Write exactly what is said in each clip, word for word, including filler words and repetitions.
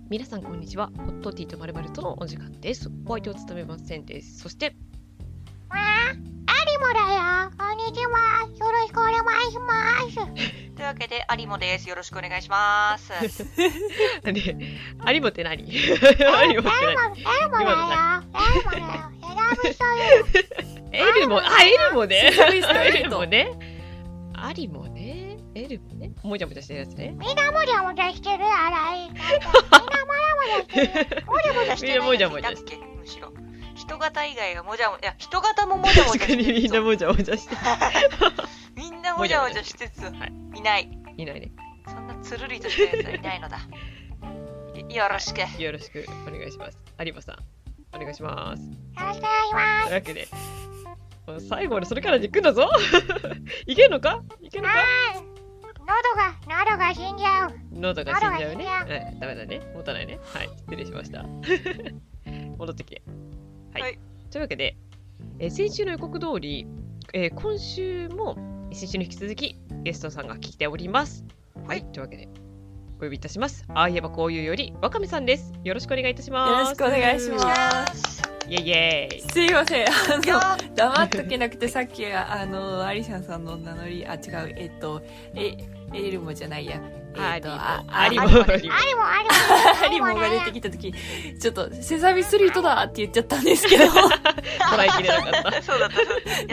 皆さんこんにちは。ホットティーとまるまるとのお時間です。お相手を務めますせんです。そしてわあ、アリモだよ。こんにちは。よろしくお願いします。 というわけで、アリモです。よろしくお願いします。 で、アリモって何？アリモってエルモ、エルモだよ。エルモだよ。選ぶ人よ。 エルモ、あ、エルモね。 セラビストエルモね。アリモね。エルモね。もじゃもじゃしてるやつね。 みんなもじゃもじゃしてる。あらいい。みんなもじゃもじゃしてる。 もじゃもじゃしてないみんなもじゃもじゃだっけむしろ。人型以外がもじゃもじゃ、いや、人型ももじゃもじゃしてる。 確かにみんなもじゃもじゃしてる。 みんなもじゃもじゃしてつ、はい、いない。 いないね。 そんなつるりとしたやつはいないのだ。よろしく、はい。 よろしくお願いします。有馬さん、お願いします。 よろしくお願いします。 というわけで、最後までそれからで行くんだぞ。いけるのかいけるのか喉が、喉が死んじゃう。 喉が死んじゃうね。 喉が死んじはい、ダメだね。持たないね。はい、失礼しました。戻ってきて。はい。はい、というわけで、えー、先週の予告通り、えー、今週も先週に引き続きゲストさんが来ております。はい。というわけで、お呼びいたします。ああいえばこういうより、わかめさんです。よろしくお願いいたします。 よろしくお願いします。 イェイイェイ。 すいません。あの、黙っとけなくて、さっきは、あの、アリシャンさんの名乗り、あ、違う、えっと、え、エルモじゃないや。 えっと、 アリモ。 アリモ。 アリモ、アリモ。 アリモが出てきたとき、ちょっと、セサミストリートだって言っちゃったんですけど。 捉えきれなかった。 そうだった。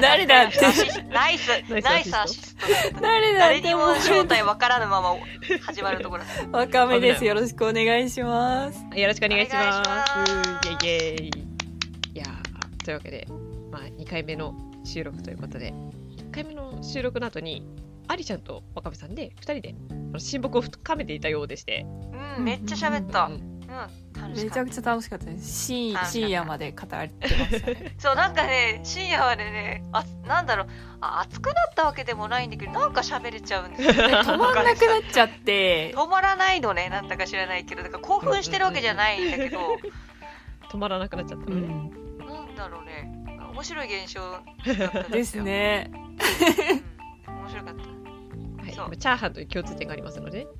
誰だって。 ナイス、ナイスアシスト。 誰だって。 誰にも正体わからぬまま始まるところ。 わかめです。よろしくお願いします。 よろしくお願いします。イェイイェイ。いやー、というわけで、まあ、にかいめの収録ということで、いっかいめの収録の後に、アリちゃんとわかめさんでふたりで親睦を深めていたようでして、 うん、めっちゃ喋った。うん、うん、 楽しかった。めちゃくちゃ楽しかったです。深深夜まで語ってましたね。 そう、なんかね、深夜までね、あ、なんだろう、あ、熱くなったわけでもないんだけど、なんか喋れちゃうんですよ、ね。 止まんなくなっちゃって。 止まらないのね、なんだか知らないけど、だから興奮してるわけじゃないんだけど、 止まらなくなっちゃったのね。 うん、なんだろうね、面白い現象だったですね。 うん、面白かった。 はい、チャーハンという共通点がありますので、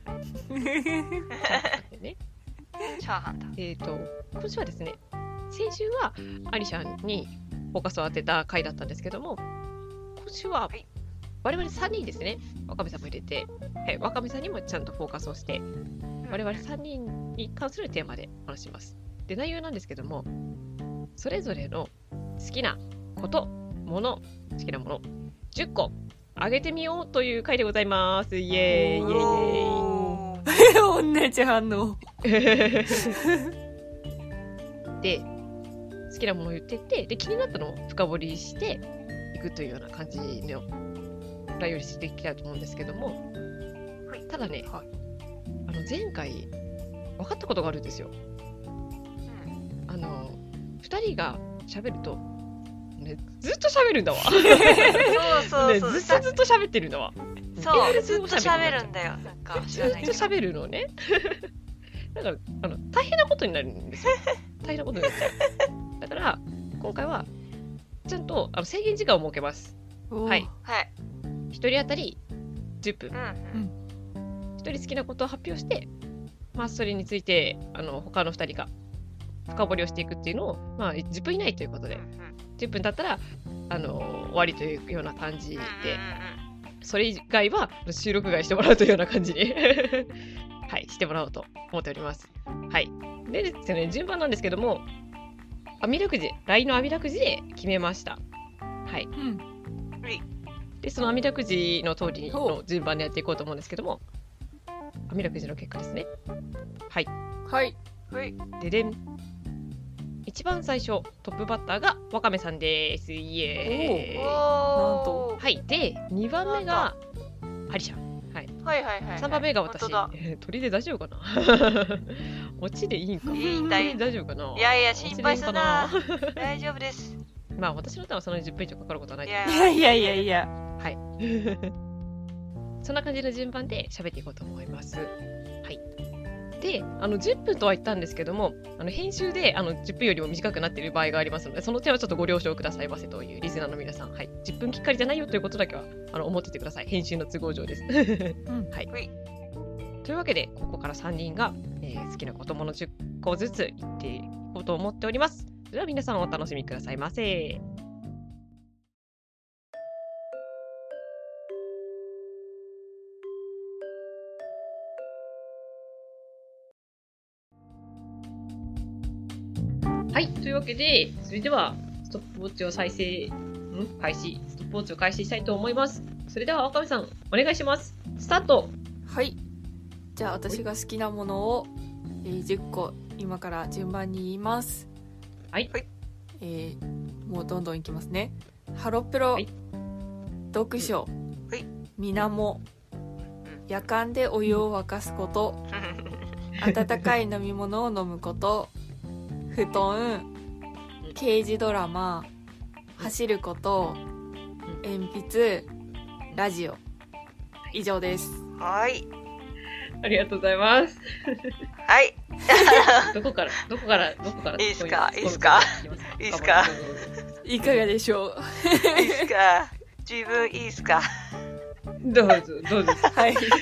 ね、 チャーハンだ。 えっと、今週はですね、先週はアリシャンにフォーカスを当てた回だったんですけども、今週は我々さんにんですね、わかめさんも入れて、はい、わかめさんにもちゃんとフォーカスをして、我々さんにんに関するテーマで話します。で、内容なんですけども、それぞれの好きなこと、もの、好きなもの、じゅっこ、あげてみようという回でございます。イエーイイエーイイエーイ。同じ反応。 で、好きなものを言ってって、で、気になったのを深掘りしていくというような感じの内容にしていきたいと思うんですけども、ただね、はい、あの前回分かったことがあるんですよ。うん、あの、ふたりが喋ると、ね、ずっと喋るんだわ。そうそうそう、 ね、ずっとずっと喋ってるんだわ。 そう、ずっと喋るんだよ。なんか知らないけど。 ずっと喋るのね。だからあの大変なことになるんですよ。大変なことになっちゃう。だから今回はちゃんとあの制限時間を設けます。はい。 はい。 ひとり当たりじゅっぷん。 うんうん、 ひとり好きなことを発表して、まあそれについてあの他のふたりが深掘りをしていくっていうのを、まあ、じゅっぷん以内ということで、じゅっぷん経ったらあの終わりというような感じで、それ以外は収録外してもらうというような感じにはい、してもらおうと思っております。はい。でですね、順番なんですけども、網だくじ、ライン の網だくじで決めました。はい。うん、で、その網だくじの通りの順番でやっていこうと思うんですけども、網だくじの結果ですね。はい。 はい。 はい。 ででん。一番最初、トップバッターがわかめさんです。イエーイ。 なんと。 はい。で、にばんめがアリシャン。はい。 はいはいはい。 さんばんめが私。えー、鳥で大丈夫かな落ちでいいんか。 いいんだよ。 大丈夫かな。 いやいや、心配するな。大丈夫です。 まあ、私のターンはそんなにじゅっぷん以上かかることはないと思います。いやいやいやいや。 はい。そんな感じの順番で喋っていこうと思います。はい。で、あのじゅっぷんとは言ったんですけども、あの編集であのじゅっぷんよりも短くなっている場合がありますので、その点はちょっとご了承くださいませというリスナーの皆さん、はい、じゅっぷんきっかりじゃないよということだけはあの思っててください。編集の都合上です。うん、はい。 というわけでここからさんにんが、えー好きな言葉のじゅっこずつ言っていこうと思っております。それでは皆さんお楽しみくださいませ。はい、というわけで、それではストップウォッチを再生、ん開始、ストップウォッチを開始したいと思います。それでは岡部さん、お願いします。スタート。 はい。じゃあ私が好きなものを、えーじゅっこ今から順番に言います。 はい。 えーもうどんどんいきますね。ハロプロ、 はい読書、 はい水面、夜間でお湯を沸かすこと、温かい飲み物を飲むこと、布団、刑事ドラマ、走ること、鉛筆、ラジオ。以上です。 はいありがとうございます。 はいどこからどこからどこからいいっすか突っ込みいいっすか突っ込みいいっすかいかがでしょう。 いいっすか自分いいっすかどうぞどうぞ。 はい。 ど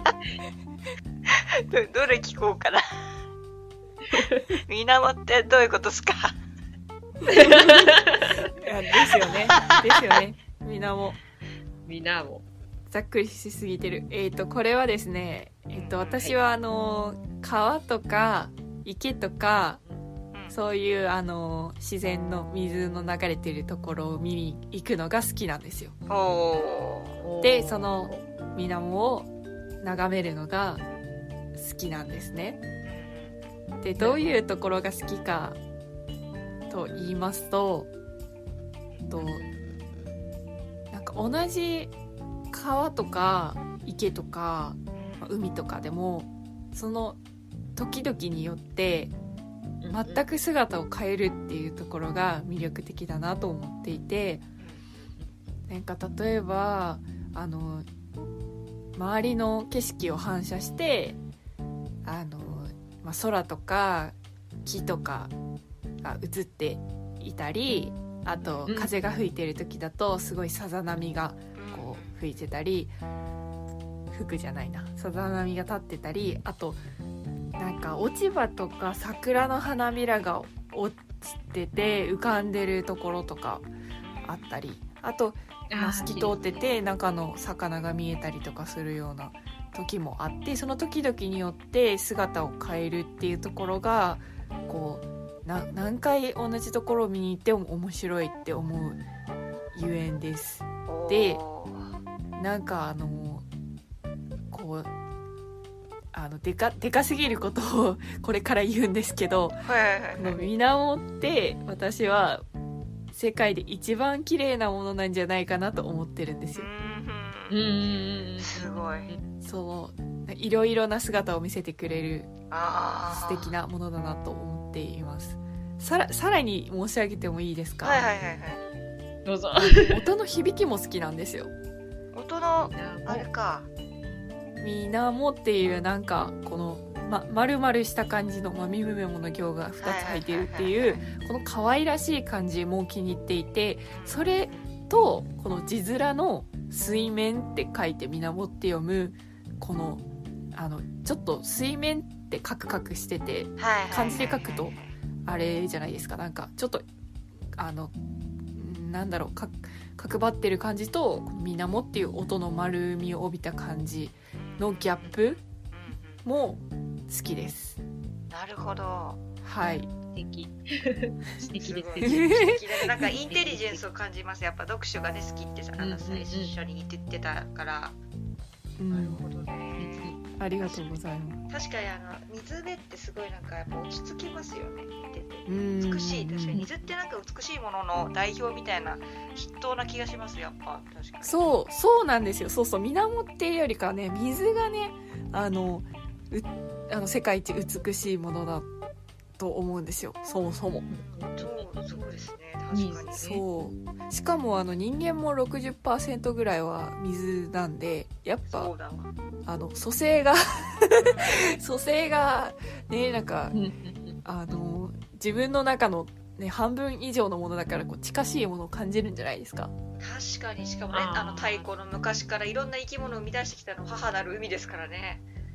どれ聞こうかな水面ってどういうことっすかいやですよね。ですよね。水面。 みんなも。 ざっくりしすぎてる。えっ、とこれはですね、えっ、と私はあの川とか池とかそういうあの自然の水の流れてるところを見に行くのが好きなんですよ。 おでその水面を眺めるのが好きなんですね。でどういうところが好きかと言いますと、となんか同じ川とか池とか海とかでもその時々によって全く姿を変えるっていうところが魅力的だなと思っていて、なんか例えばあの周りの景色を反射してあの、まあ、空とか木とかが映っていたり、あと風が吹いてる時だとすごいさざ波がこう吹いてたり、吹くじゃないなさざ波が立ってたり、あとなんか落ち葉とか桜の花びらが落ちてて浮かんでるところとかあったり、あと、まあ、透き通ってて中の魚が見えたりとかするような時もあって、その時々によって姿を変えるっていうところがこうな何回同じところを見に行っても面白いって思うゆえんです。でなんかあのこうあのでかでかすぎることをこれから言うんですけど、 はいはいはいこの水面って私は世界で一番綺麗なものなんじゃないかなと思ってるんですよ。 うーん。 すごい。 そのいろいろな姿を見せてくれるあ素敵なものだなと思っています。さら、さらに申し上げてもいいですか？ はいはいはいはい。 どうぞ。 音の響きも好きなんですよ。 音のあれか。 水面っていうなんかこの、ま、丸々した感じの、まあ、みむめもの行がふたつ入ってるっていうこの可愛らしい感じも気に入っていて、それとこの字面の水面って書いて水面って読むこのあのちょっと水面ってカクカクしてて漢字で書くとあれじゃないですか、なんかちょっとあのなんだろうか角張ってる感じとこの水面っていう音の丸みを帯びた感じのギャップも好きです。 なるほど。 はい。 素敵。素敵すごいですね。 素敵だ。なんかインテリジェンスを感じます。やっぱ読書がね好きってさ、あうんうんうんの最初に言ってたから。 うんなるほどね。 ありがとうございま確かにあの水辺ってすごいなんかやっぱ落ち着きますよね。見ててす。うん美しい。確かに水ってなんか美しいものの代表みたいな筆頭な気がしますやっぱ。確かに。 そうそうなんですよ。そうそう水面っていうよりかはね、水がねあのうあの世界一美しいものだと思うんですよ。そもそも。 そうそうですね。確かにね。 そうしかもあの人間も ろくじゅっパーセント ぐらいは水なんで、やっぱそうだわ。 あの蘇生が蘇生がねなんかあの自分の中の、ね、半分以上のものだからこう近しいものを感じるんじゃないですか。 確かに。しかもね、 あーあの太古の昔からいろんな生き物を生み出してきたの母なる海ですからね。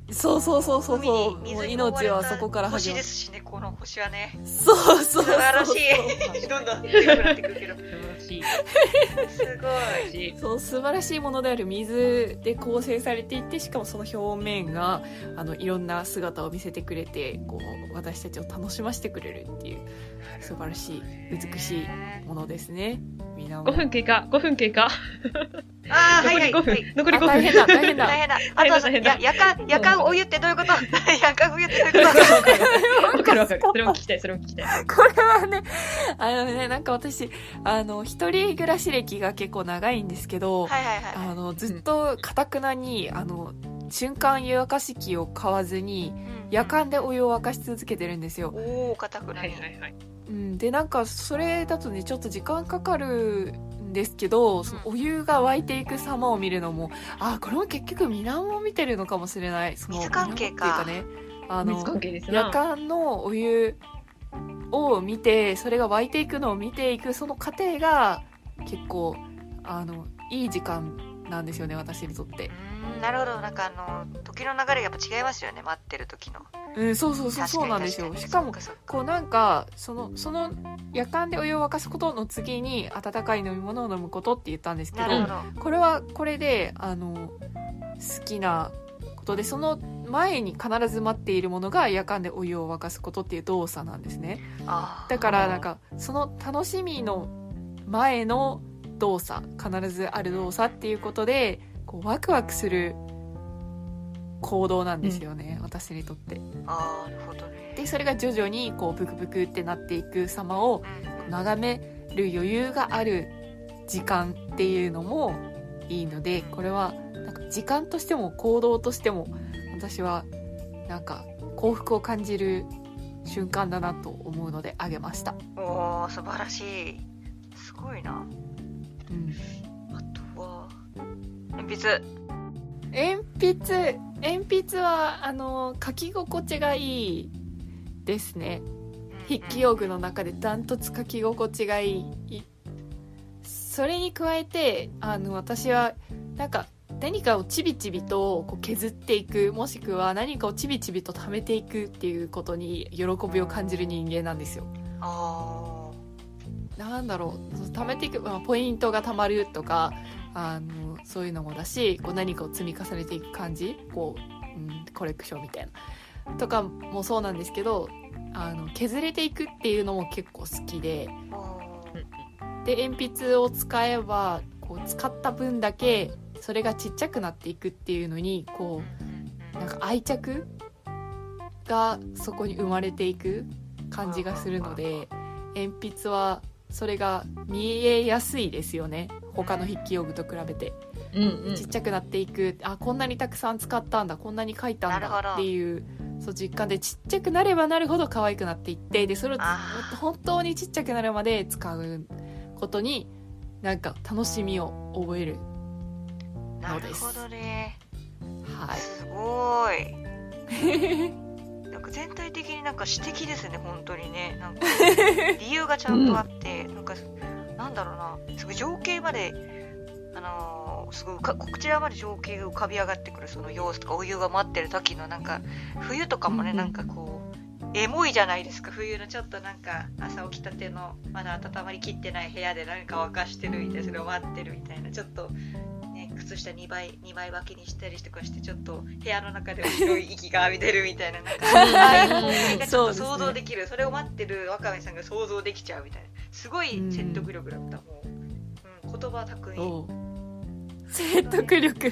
そうそうそうそう海そう。 にもう水に覆われた命はそこから始星まる。 ですしね、この星はね。 そうそうそう。 素晴らしそうい。どんどん強くなってくるけど。 素晴らしい。 すごい。 しい。 そう素晴らしいものである水で構成されていて、しかもその表面があのいろんな姿を見せてくれて、こう私たちを楽しませてくれるっていう素晴らしい美しいものですね。みんなもごふん経過、ごふん経過。 ああ、はい残り5分はい。はい。 残り5分。 あ大変だ大変だ。 大変だ。あ大変だとさ、 大変だや夜間、夜間お湯ってどういうこと夜間お湯ってどういうことわかるわかる。それも聞きたい、それも聞きたい。 これはね、あのね、なんか私、あの、一人暮らし歴が結構長いんですけど、 はいはいはい。 あの、ずっとかたくなに、あの、瞬間湯沸かし器を買わずに、夜間でお湯を沸かし続けてるんですよ。 おお、硬くなはいり。 はいはい。 うん、で、なんか、それだとね、ちょっと時間かかるんですけど、そのお湯が沸いていく様を見るのも、あ、これも結局水面を見てるのかもしれない。その水関係か水面っていうかね、あ水の、 関係ですな。 夜間のお湯を見て、それが沸いていくのを見ていくその過程が結構あのいい時間なんですよね、私にとって。 うーん、なるほど。なんかあの時の流れがやっぱ違いますよね、待ってる時の。 うん、そうそうそう、 確かにそうなんですよ。 確かにしかもそっそっこうなんかそのその夜間でお湯を沸かすことの次に温かい飲み物を飲むことって言ったんですけど、 なるほど。 これはこれであの好きなことで、その前に必ず待っているものが夜間でお湯を沸かすことっていう動作なんですね。 あーだからなんかその楽しみの前の動作、必ずある動作っていうことでこうワクワクする行動なんですよね、私にとって。 あー、なるほどね。 でそれが徐々にこうブクブクってなっていく様をうん眺める余裕がある時間っていうのもいいので、これはなんか時間としても行動としても私はなんか幸福を感じる瞬間だなと思うのであげました。 おー、素晴らしい。すごいな。 うんあとは鉛筆。 鉛筆鉛筆はあの書き心地がいいですね。筆記用具の中でダントツ書き心地がいい。それに加えてあの私はなんか何かをちびちびとこう削っていく、もしくは何かをちびちびと貯めていくっていうことに喜びを感じる人間なんですよ。 あなんだろう、貯めていく、まあ、ポイントが貯まるとかあのそういうのもだし、こう何かを積み重ねていく感じ、こう、うん、コレクションみたいなとかもそうなんですけど、あの削れていくっていうのも結構好きで、 ーおーで鉛筆を使えばこう使った分だけそれがちっちゃくなっていくっていうのにこうなんか愛着がそこに生まれていく感じがするので、鉛筆はそれが見えやすいですよね、他の筆記用具と比べて。 うんうんちっちゃくなっていく、あこんなにたくさん使ったんだ、こんなに書いたんなるほどだっていうそう実感で、ちっちゃくなればなるほど可愛くなっていって、でそれをあー本当にちっちゃくなるまで使うことになんか楽しみを覚える。 なるほどね。 はいすごい。なんか全体的になんか詩的ですね、本当にね。なんか理由がちゃんとあって、なんかなんだろうな、すごい情景まで、あのーすごいかこちらまで情景が浮かび上がってくるその様子とか、お湯が待ってる時のなんか冬とかもね、 うんうんなんかこうエモいじゃないですか。冬のちょっとなんか朝起きたてのまだ温まりきってない部屋で何か沸かしてるみたいな、それを待ってるみたいな、ちょっとね靴下にばいにまい分けにしたりとかして、ちょっと部屋の中で白い息が浴びてるみたいな、なんかああいう光景がちょっと想像できる、それを待ってるワカメさんが想像できちゃうみたいな、すごい説得力だった。もう、うん、言葉巧み。 お説得力。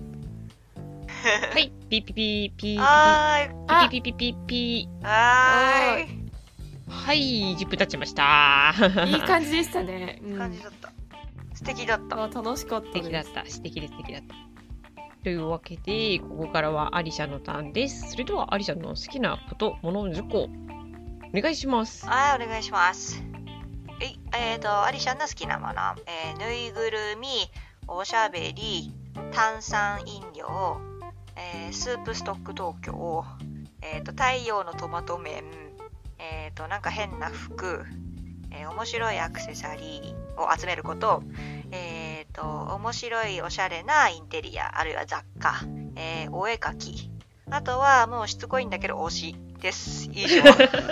はい、ピーピーピーピーはーいあピーピーピーピーピはーいーはい、じゅっぷん経ちました。 いい感じでしたね、うん、 感じだった。素敵だった。 あ楽しかった素敵だです。 った。素敵で素敵だった。というわけで、ここからはアリシャのターンです。それではアリシャの好きなこと、もの、事項、お願いします。 はい、お願いします。えい、えーと、アリシャンの好きなもの、えーぬいぐるみ、おしゃべり、炭酸飲料、えースープストック東京、えーと、太陽のトマト麺、えーと、なんか変な服、えー面白いアクセサリーを集めること、えーと、面白いおしゃれなインテリア、あるいは雑貨、えーお絵かき、 あとはもうしつこいんだけど推しです。以上。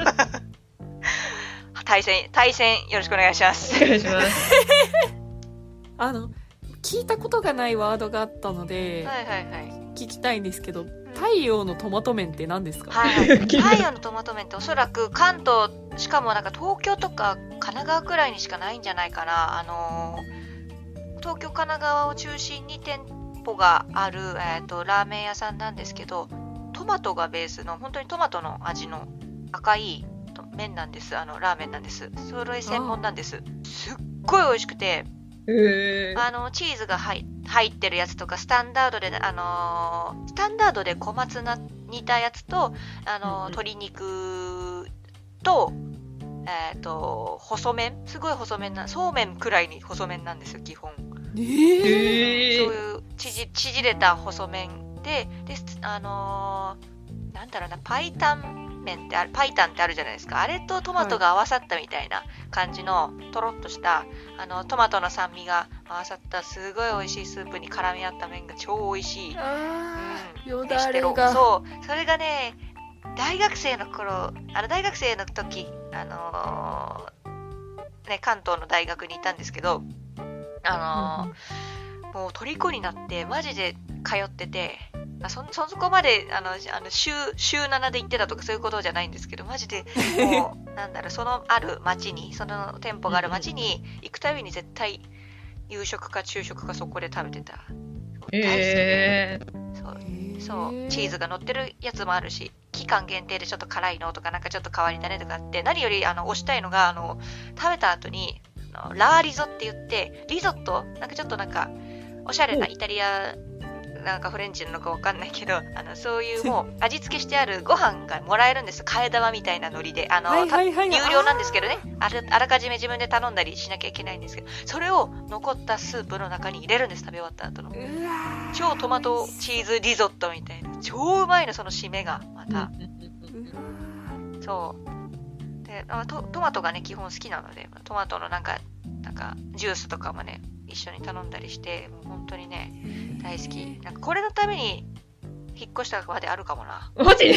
対戦、対戦よろしくお願いします。 お願いします。 あの聞いたことがないワードがあったので、 はいはいはい。 聞きたいんですけど、太陽のトマト麺って何ですか？ はいはい。太陽のトマト麺っておそらく関東、しかもなんか東京とか神奈川くらいにしかないんじゃないかな。あのー、東京神奈川を中心に店舗がある、えーと、ラーメン屋さんなんですけど、トマトがベースの本当にトマトの味の赤い麺なんです。あのラーメンなんです。それ専門なんです。すっごい美味しくて、 へー。 あのチーズが入入ってるやつとか、スタンダードで、あのースタンダードで小松菜煮たやつと、あのーうんうん鶏肉と、えっ、と細麺、すごい細麺な、そうめんくらいに細麺なんですよ基本。 えー、 へー。 そういう縮縮れた細麺で、であのーなんだろうな、パイタン麺ってある、パイタンってあるじゃないですか。あれとトマトが合わさったみたいな感じのとろっとしたあのトマトの酸味が合わさったすごい美味しいスープに絡み合った麺が超美味しい。 あー、ようん、 だれ飯テロが。 そうそれがね、大学生の頃、あの大学生の時、あのーね、関東の大学にいたんですけど、あのーもう虜になってマジで通ってて、あ そ, そこまであのあの 週, 週ななで行ってたとかそういうことじゃないんですけど、マジでもうなんだろう、そのある町に、その店舗がある町に行くたびに絶対夕食か昼食かそこで食べてた。 へー。 そうへーそうチーズが乗ってるやつもあるし、期間限定でちょっと辛いのとか、なんかちょっと変わり種とかあって、何よりあの推したいのが、あの食べた後にあのラーリゾって言って、リゾット、なんかちょっとなんかおしゃれなイタリアなんかフレンチなのかわかんないけど、あのそういうもう味付けしてあるご飯がもらえるんです。替え玉みたいなノリで、あの、 はいはいはい有料なんですけどね、あらあらかじめ自分で頼んだりしなきゃいけないんですけど、それを残ったスープの中に入れるんです。食べ終わった後のうわー、 超トマトチーズリゾットみたいな、超うまいの、その締めがまた。 うわそうで、あトトマトがね基本好きなので、トマトのなんかなんかジュースとかもね一緒に頼んだりして、もう本当にねー大好き。なんかこれのために引っ越したまであるかもな。 マジ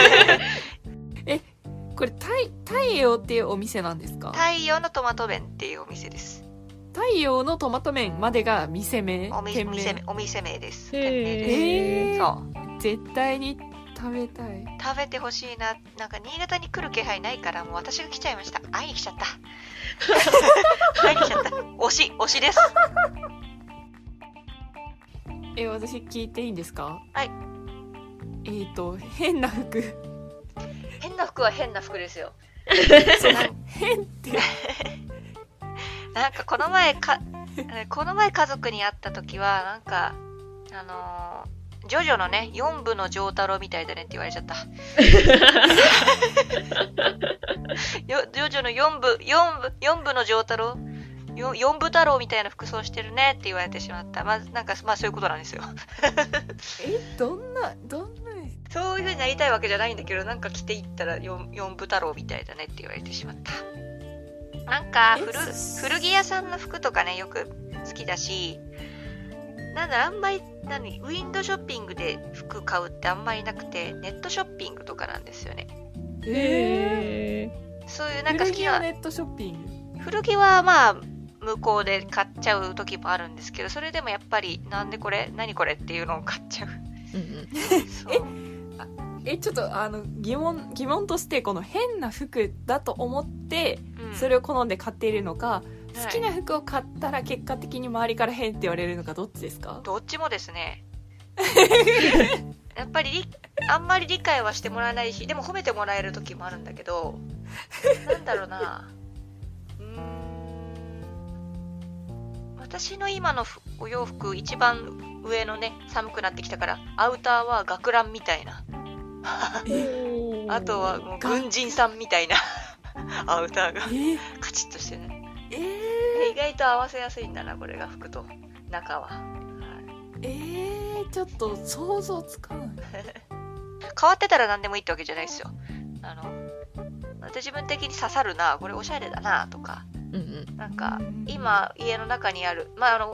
これ太太陽っていうお店なんですか？ 太陽のトマト麺っていうお店です。 太陽のトマト麺までが店名、 お店店名。 お店お店名です。 へー店名です。 えー、 そう絶対に食べたい。 食べてほしいな。なんか新潟に来る気配ないから、もう私が来ちゃいました。会いに来ちゃった。会いに来ちゃった。推し推しです。 え、私聞いていいんですか？ はい。 えーと、変な服。 変な服は変な服ですよ。 そう変ってなんかこの前かこの前家族に会った時は、なんかあのー、ジョジョのねよん部の丈太郎みたいだねって言われちゃった。よジョジョのよん部よん部よん部の丈太郎、よよん部太郎みたいな服装してるねって言われてしまった。まあなんかまあそういうことなんですよ。 え、どんなどんなそういう風になりたいわけじゃないんだけど、なんか着ていったら 4, 4部太郎みたいだねって言われてしまった。なんか古古着屋さんの服とかねよく好きだし、なんだろ、あんまり何ウィンドウショッピングで服買うってあんまりなくて、ネットショッピングとかなんですよね。 へそういうなんか好古着はきなネットショッピング。 古着はまあ向こうで買っちゃう時もあるんですけど、それでもやっぱりなんでこれ何これっていうのを買っちゃう。 ー。 そうえ、ちょっとあの疑問疑問として、この変な服だと思ってうんそれを好んで買っているのか、 はい好きな服を買ったら結果的に周りから変って言われるのか、どっちですか？ どっちもですね。やっぱりりあんまり理解はしてもらえないし、でも褒めてもらえる時もあるんだけど、なんだろうな、うーん、私の今のお洋服一番上のね、寒くなってきたからアウターは学ランみたいな、あとはもう軍人さんみたいなアウターがえカチッとしてね、 えで意外と合わせやすいんだなこれが、服と中は。 ー、えー、ちょっと想像つかない。 変わってたら何でもいいってわけじゃないですよ。あの私自分的に刺さるな、これおしゃれだなとか、 うんうん。 なんか今家の中にある、まああの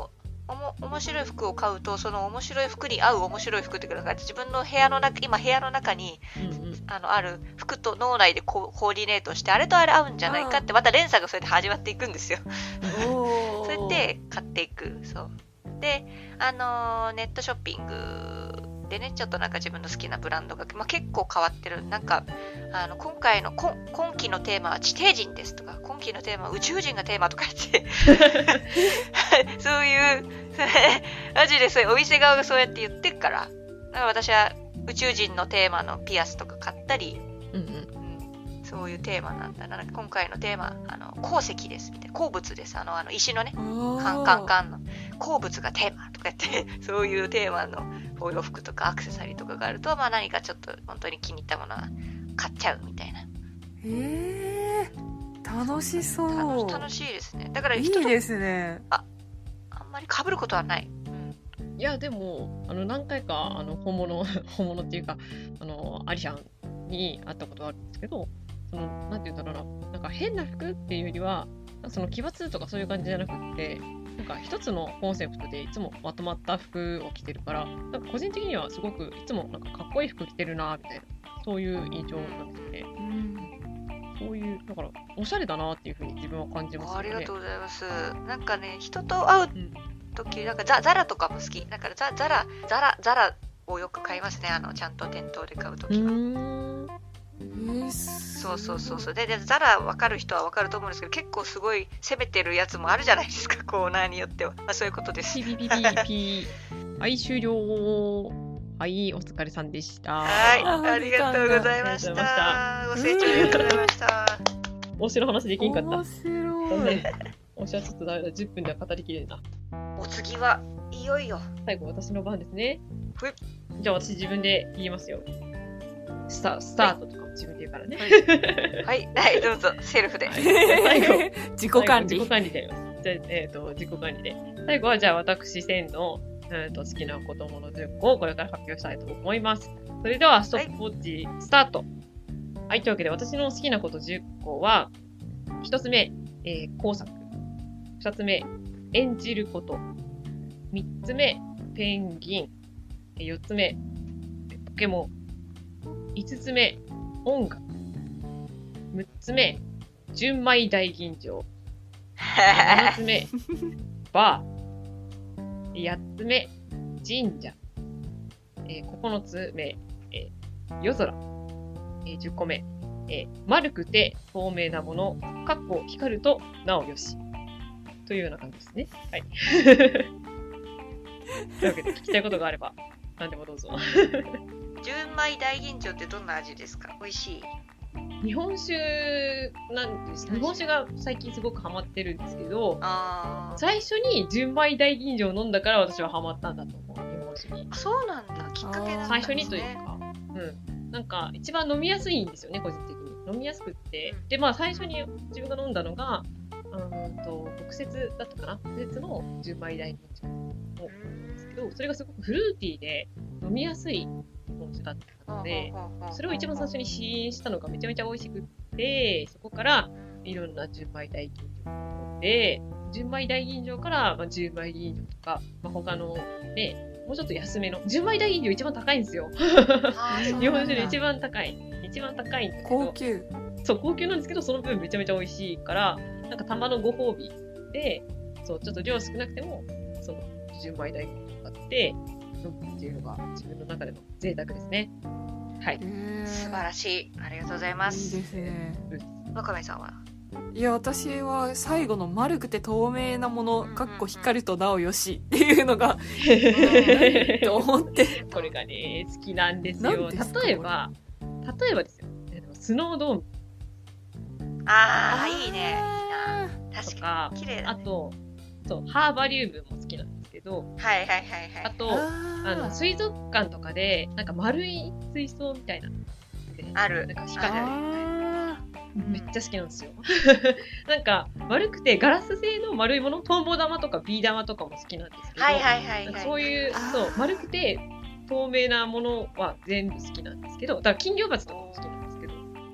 おも面白い服を買うと、その面白い服に合う面白い服ってくらい自分の部屋の中、今部屋の中に、 うんうん、 あのある服と脳内でコーディネートして、あれとあれ合うんじゃないかって、また連鎖がそれで始まっていくんですよ。 おーそうやって買っていく。そうで、あのーネットショッピングでね、ちょっとなんか自分の好きなブランドが、まあ、結構変わってる。なんかあの今回の今今期のテーマは地底人ですとか、今期のテーマは宇宙人がテーマとか言ってそういうマジでそういうお店側がそうやって言ってるから、だから私は宇宙人のテーマのピアスとか買ったり、 うんうんうん、そういうテーマなんだな。なんか今回のテーマ、あの鉱石ですみたいな、鉱物です、あのあの石のね、カンカンカンの鉱物がテーマとか言ってそういうテーマのお洋服とかアクセサリーとかがあると、まあ何かちょっと本当に気に入ったものは買っちゃうみたいな。 えー、楽しそう楽し楽しいですね。だからいい人とですね。 あんまり被ることはない。 いやでもあの何回かあの本物本物っていうかあのアリシャンに会ったことがあるんですけど、そのなんて言うんだろうな、なんか変な服っていうよりはその奇抜とかそういう感じじゃなくって、なんか一つのコンセプトでいつもまとまった服を着てるから、なんか個人的にはすごくいつもなんかかっこいい服着てるなみたいな、そういう印象なんですね。 うん、 そういうだからおしゃれだなっていうふうに自分は感じますよね。 ありがとうございます。なんかね、人と会ううん時、なんかザザラとかも好き。だからザザラザラザラをよく買いますね。あのちゃんと店頭で買う時は。 うーんえー、 そうそうそうそう。ででザラ分かる人は分かると思うんですけど、結構すごい攻めてるやつもあるじゃないですか。コーナーによっては。まあそういうことです。 ピピピピピはい終了。はいお疲れさんでした。 はい、 あありがとうございましありがとうございまた。ご清聴ありがとうございました。 推しの話できんかった。 面白い残念。推しはちょっとダメだ。じゅっぷんでは語りきれんな。 お次はいよいよ。 最後私の番ですねはい。 じゃあ私自分で言いますよ。スタスタートとかも自分で言うからね。 はい、はい、どうぞセルフで。 はい最後自己管理自己管理でやります。じゃあ、えー、と自己管理で。最後はじゃあ私せんの、えー、と好きな子供のじゅっこをこれから発表したいと思います。それではストップウォッチスタート。はい、というわけで私の好きなことじゅっこは、ひとつめ、えー、工作。ふたつめ、演じること。みっつめ、ペンギン。よっつめ、ポケモン。いつつめ、音楽。むっつめ、純米大吟醸。ななつめ、バー。やっつ目、神社。えー、ここのつめ、えー、夜空。えー、じゅっこめ、えー、丸くて透明なもの、かっこ光るとなおよし。というような感じですね。はい。というわけで聞きたいことがあれば、何でもどうぞ。 純米大吟醸ってどんな味ですか？美味しい？ 日本酒なんです。日本酒が最近すごくハマってるんですけど、 あー、 最初に純米大吟醸を飲んだから私はハマったんだと思う。日本酒に。 あ、そうなんだ。きっかけなんだ、ね。 最初にというか、うん。なんか一番飲みやすいんですよね、個人的に。飲みやすくって。で、まあ最初に自分が飲んだのが、うんと北節だったかな、北節の純米大吟醸なんですけど、それがすごくフルーティーで飲みやすい日本酒だったので、それを一番最初に試飲したのがめちゃめちゃ美味しくって、そこからいろんな純米大吟醸を飲んで、純米大吟醸から、まあ、純米吟醸とか、まあ、他のね、もうちょっと安めの、純米大吟醸一番高いんですよ。日本酒で一番高い。一番高いんだけど。 高級。 そう、高級なんですけど、その分めちゃめちゃ美味しいから、なんかたまのご褒美で、そう、ちょっと量少なくても、その、純米大吟醸を買って、飲むっていうのが自分の中での贅沢ですね。はい。 えー、 素晴らしい。ありがとうございまいいす。 ですね。 わかめさんは？ いや、私は最後の丸くて透明なもの、かっこ光るとなおよしっていうのが、何と思って。 これがね、好きなんですよ。 何ですか例えば、例えばですよ、スノードームああ、いいね。いいあな。確とか、 かに。綺麗だね。 あと、そう、ハーバリウムも好きなんですけど、 はいはいはいはい。 あと、 ああの、水族館とかで、なんか丸い水槽みたいな。 あるなんかー光る。 あめっちゃ好きなんですよ。なんか、丸くてガラス製の丸いもの、トンボ玉とかビー玉とかも好きなんですけど、 はいはいはいなんかはい。 そういう、 あーそう、丸くて透明なものは全部好きなんですけど、だから金魚鉢とかも好きなんですけど、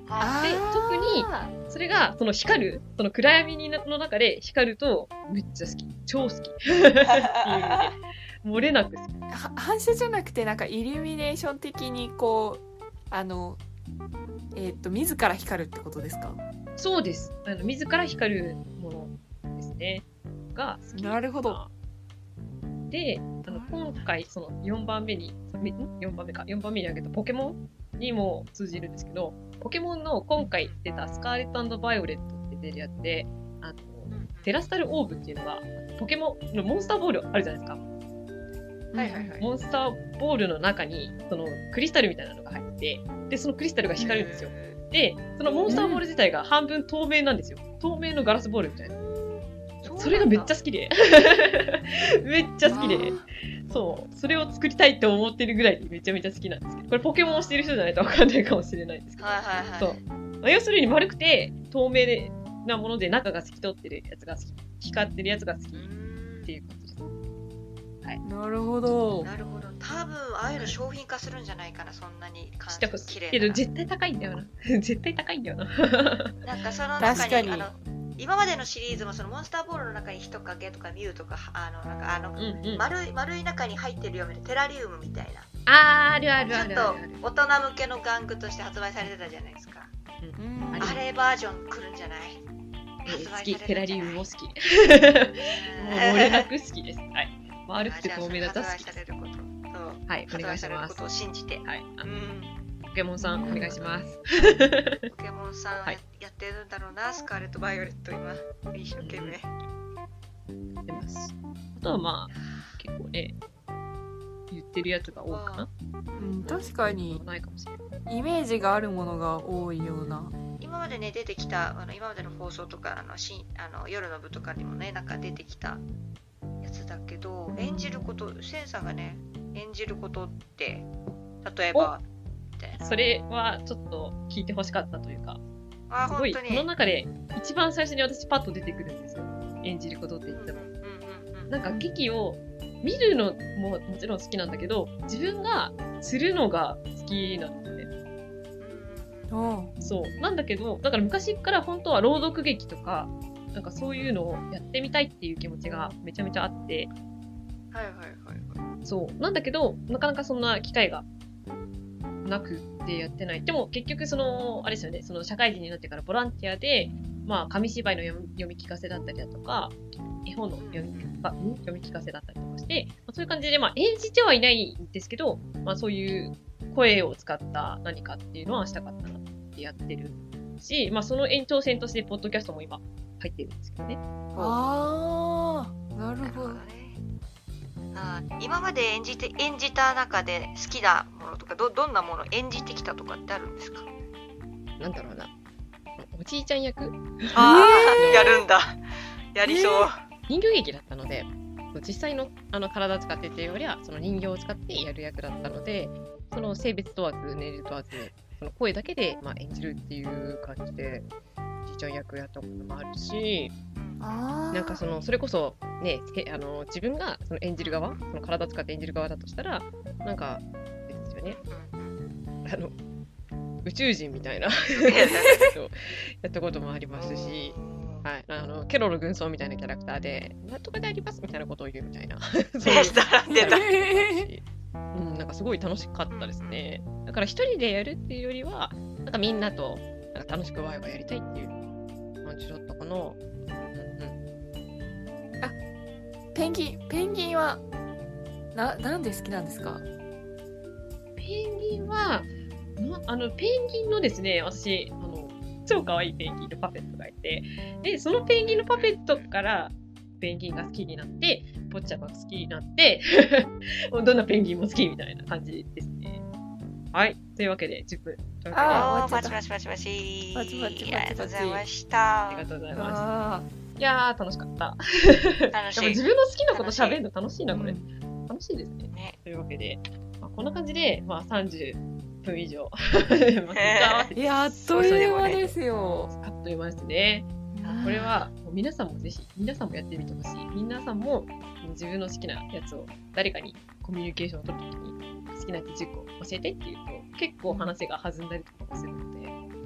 あで特にそれがその光るその暗闇になの中で光るとめっちゃ好き、超好きっていう意味で漏れなく好き。 は反射じゃなくてなんかイルミネーション的にこうあのえっと自ら光るってことですか？ そうです。あの自ら光るものですねが好き。 なるほど。 で、あの今回そのよんばんめによんばんめかよんばんめに挙げたポケモンにも通じるんですけど、ポケモンの今回出たスカーレット&バイオレットって出るやつで、あのテラスタルオーブっていうのがポケモンのモンスターボールあるじゃないですか。 はいはいはい。 モンスターボールの中にそのクリスタルみたいなのが入って、でそのクリスタルが光るんですよ。でそのモンスターボール自体が半分透明なんですよ。透明のガラスボールみたいな。それがめっちゃ好きでめっちゃ好きで、そうそれを作りたいって思ってるぐらいでめちゃめちゃ好きなんですけど、これポケモンをしてる人じゃないと分かんないかもしれないんですけど、 はいはいはい。 そう要するに丸くて透明なもので中が透き通ってるやつが好き、光ってるやつが好きっていう感じです。はい、 なるほど。 なるほど。多分ああいうの商品化するんじゃないかな、そんなに感してほし綺麗な。 いけど絶対高いんだよな絶対高いんだよななんかその中に確かにあの今までのシリーズもそのモンスターボールの中に人影とかミュウとかあのなんかあの、 うんうん、 丸い丸い中に入ってるようなテラリウムみたいな、 あーあるあるあちょっるあるある、 と大人向けの玩具として発売されてたじゃないですか。 うんうんああれバージョン来るんじゃない？ えー発売され好き、 るんじゃないテラリウムも好きもううん漏れなく好きです。はい丸くて透明だったら好きです。 発売されることそうはいお願いします発売されることを信じて、 はい、あうんポケモンさんお願いします。 ポケモンさんはいやってるんだろうな、スカーレット・バイオレット今一生懸命。 やってます。あとはまあ結構ね言ってるやつが多いかな。 うん、確かにないかもしれない。 イメージがあるものが多いような。 今までね出てきたあの今までの放送とかあのしあの夜の部とかにもねなんか出てきたやつだけど、演じることセンさんがね演じることって例えばみたいな。 それはちょっと聞いてほしかったというか、 あすごいこ本当にの中で一番最初に私パッと出てくるんですよ。演じることって言っても。 うんうんうんうんなんか劇を見るのももちろん好きなんだけど、自分がするのが好きなんですよね。 おそうなんだけど、だから昔から本当は朗読劇とかなんかそういうのをやってみたいっていう気持ちがめちゃめちゃあって、 はいはいはいはい。 そうなんだけどなかなかそんな機会がなくってやってない。でも結局そのあれですよね、その社会人になってからボランティアでまあ紙芝居の読み読み聞かせだったりだとか絵本の読み読み聞かせだったりとかして、まあ、そういう感じでまあ演じてはいないんですけど、まあそういう声を使った何かっていうのはしたかったなってやってるし、まあその延長線としてポッドキャストも今入ってるんですけどね。 あー、なるほど。 なるほどね。あー今まで演じて演じた中で好きなものとか ど, どんなもの演じてきたとかってあるんですか？ なんだろうな、おじいちゃん役あー、やるんだ。やりそう。 人形劇だったので、実際のあの体を使ってっていうよりはその人形を使ってやる役だったので、その性別問わず年齢問わずその声だけでまあ演じるっていう感じでおじいちゃん役やったこともあるし、 あーなんかそのそれこそねへあの自分がその演じる側、その体を使って演じる側だとしたらなんかですよね、あの宇宙人みたいなやったこともありますし、はい、あのケロロ軍曹みたいなキャラクターでなんとかでありますみたいなことを言うみたいなそういう出た出た。 うん、なんかすごい楽しかったですね。だから一人でやるっていうよりはなんかみんなとなんか楽しくワイワイやりたいっていう感じだったかな。うんうん、 ペンギン、ペンギンはな、なんで好きなんですか？ ペンギンはなあのペンギンのですね、私あの超可愛いペンギンのパペットがいて、でそのペンギンのパペットからペンギンが好きになってポッチャが好きになってもうどんなペンギンも好きみたいな感じですね。はい、というわけでじゅっぷんというわけであー、パ終わっちゃったチパチパチパチ。 パチパチパチパチありがとうございました。 ありがとうございます。 あいやー楽しかった。 楽しいでも自。分の好きなこと喋るの楽しいーなこれ。 うん楽しいですね。 ね、 というわけで、まあ、こんな感じで、まあ、さんじゅっぷん以上まあ結果合わせていや、あっという間ですよ。 あっという間ですね。これはもう皆さんもぜひ皆さんもやってみてほしい。皆さんも自分の好きなやつを誰かにコミュニケーションを取るときに好きなやつじゅっこ教えてっていうと結構話が弾んだりとかもするので、 うん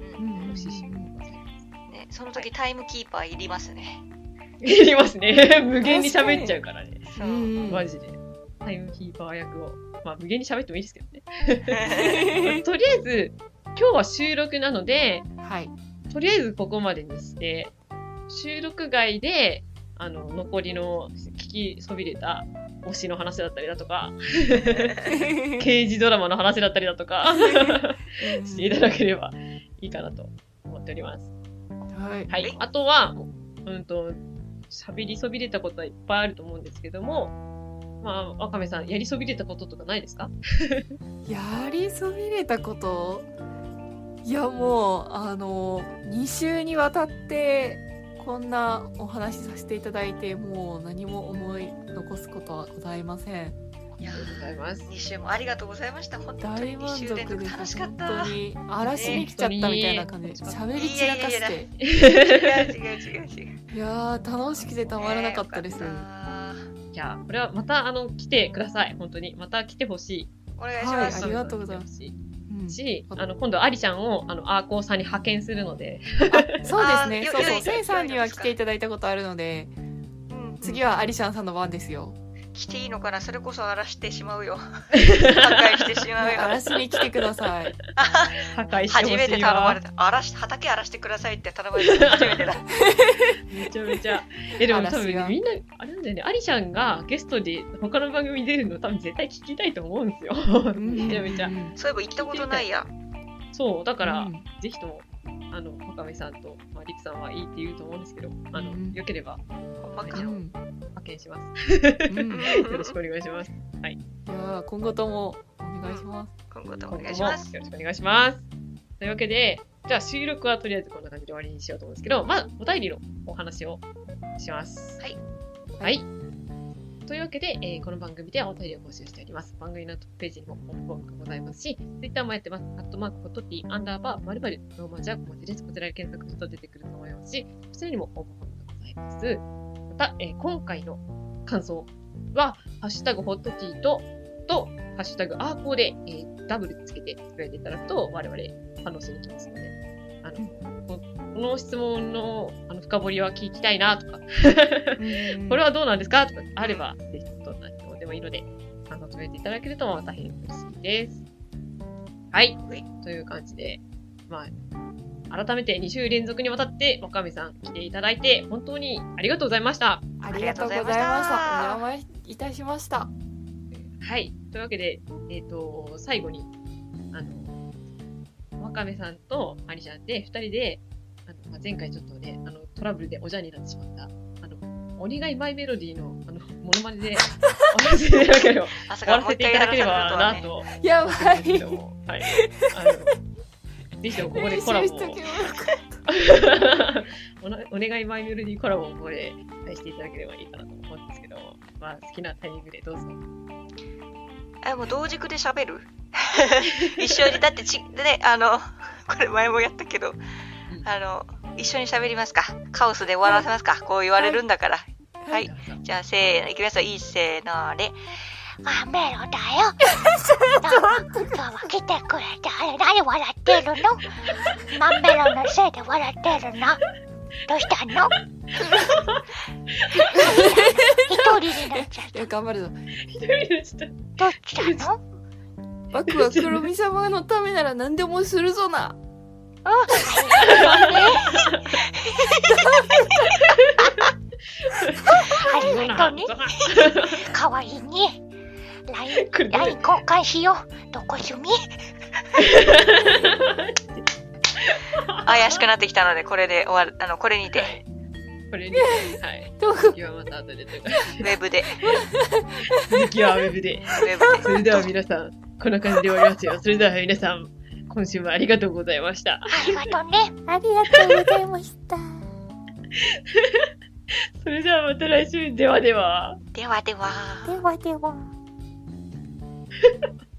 ほしいし、 ね、その時タイムキーパーいりますね。 いりますね。無限に喋っちゃうからね。 そう、 マジで。タイムキーパー役を。まあ、無限に喋ってもいいですけどね。とりあえず、今日は収録なので、 はい。 とりあえずここまでにして、収録外で、あの、残りの聞きそびれた推しの話だったりだとか、刑事ドラマの話だったりだとか、していただければいいかなと思っております。 はい。 はい。あとは、うんと、喋りそびれたことはいっぱいあると思うんですけども、まあ、わかめさん、やりそびれたこととかないですか？ やりそびれたこと？いや、もう、あの、に週にわたって、こんなお話しさせていただいて、もう何も思い残すことはございません。 いやありがとうございます。 に週もありがとうございました。本当に大満に週連続足です。 楽しかった。 本当に嵐に来ちゃったみたいな感じで喋り散らかして違う違う違う違う。 いやー楽しくてたまらなかったです、 ね、よかっいや、これはまたあの来てください。本当にまた来てほしい。 お願いします。 はい、ありがとうございます。 し、うん、あの今度アリちゃんをあのアーコーさんに派遣するので、 あ、そうですね。そうそう。セイさんには来ていただいたことあるので、うん、次はアリシャンさんの番ですよ。 来ていいのかな。それこそ荒らしてしまうよ。破壊してしまうよ。 荒らしに来てください。 破壊してほしいわ。 初めて頼まれた。荒らし畑荒らしてくださいって頼まれた初めてだ。 めちゃめちゃ。えでも多分みんなあれなんだよね。アリちゃんがゲストで他の番組に出るの多分絶対聞きたいと思うんですよ。めちゃめちゃ。 そういえば行ったことないや。 そうだから、うん、ぜひともあの岡部さんと、まあ、リクさんはいいって言うと思うんですけど、あの、うん、よければ、 うん、 派遣します、うん、よろしくお願いします。はい。 いや今後ともお願いします。 今後ともお願いします。 よろしくお願いします。というわけで、じゃあ収録はとりあえずこんな感じで終わりにしようと思うんですけど、まあお便りのお話をします。 はい。 はい。というわけで、えー、この番組ではお便りを募集しております。番組のトップページにもフォームがございますし、Twitter もやってます。アットマーク、フォトティ、アンダーバー、まるまる、ローマ字は小文字です。こちらで検索すると出てくると思いますし、こちらにも応募フォームがございます。また、えー、今回の感想は、ハッシュタグ、ホットティーと、と、ハッシュタグ、アーコーで、えー、ダブルつけてつぶやいていただくと、我々反応しに行きますので、あの、ここの質問のあの深掘りは聞きたいなとか、これはどうなんですかとかあれば、ぜひどんな質問でもいいので、あの、つぶやいていただけると大変嬉しいです。はい。という感じで、まあ、改めてに週連続にわたって、わかめさん来ていただいて、本当にありがとうございました。 ありがとうございました。お邪魔いたしました。 はい。というわけで、えっと、最後に、あの、わかめさんとアリちゃんでふたりで、あのまあ、前回ちょっとね、あのトラブルでおじゃんになってしまった、あの、お願いマイメロディーの、あの、モノマネで、終わらせていただければ、終わらせていただければなと。 やばい。 はい。あの、ぜひともここでコラボを。お願いマイメロディーコラボをここでしていただければいいかなと思うんですけど、まあ、好きなタイミングでどうぞ。 え、もう同軸で喋る一緒に、だってち、でね、あの、これ前もやったけど、うん、あの、一緒に喋りますか。カオスで終わらせますか。はい、こう言われるんだから。はい。はい、じゃあ、せーの、いきますよ。いいせーので。 マメロだよ。今日は来てくれて、あれ何笑ってるの？マメロのせいで笑ってるの？どうしたの？一人になっちゃった。 いや、頑張るぞ。 一人になっちゃった。 どうしたの？ 僕は黒ミ様のためなら何でもするぞな。 あ、ありがとうね。かわいいね。ライン、ライン交換しよう。どこ住み？ 怪しくなってきたので、これで終わる。あの、これにて。 これにて、はい。続きはまた後でというか。 ウェブで。 続きはウェブで。 ウェブで。 それでは皆さん、こんな感じで終わりますよ。それでは皆さん、今週もありがとうございました。 ありがとうね。 ありがとうございました。 それではまた来週。ではでは。 ではでは。 ではでは。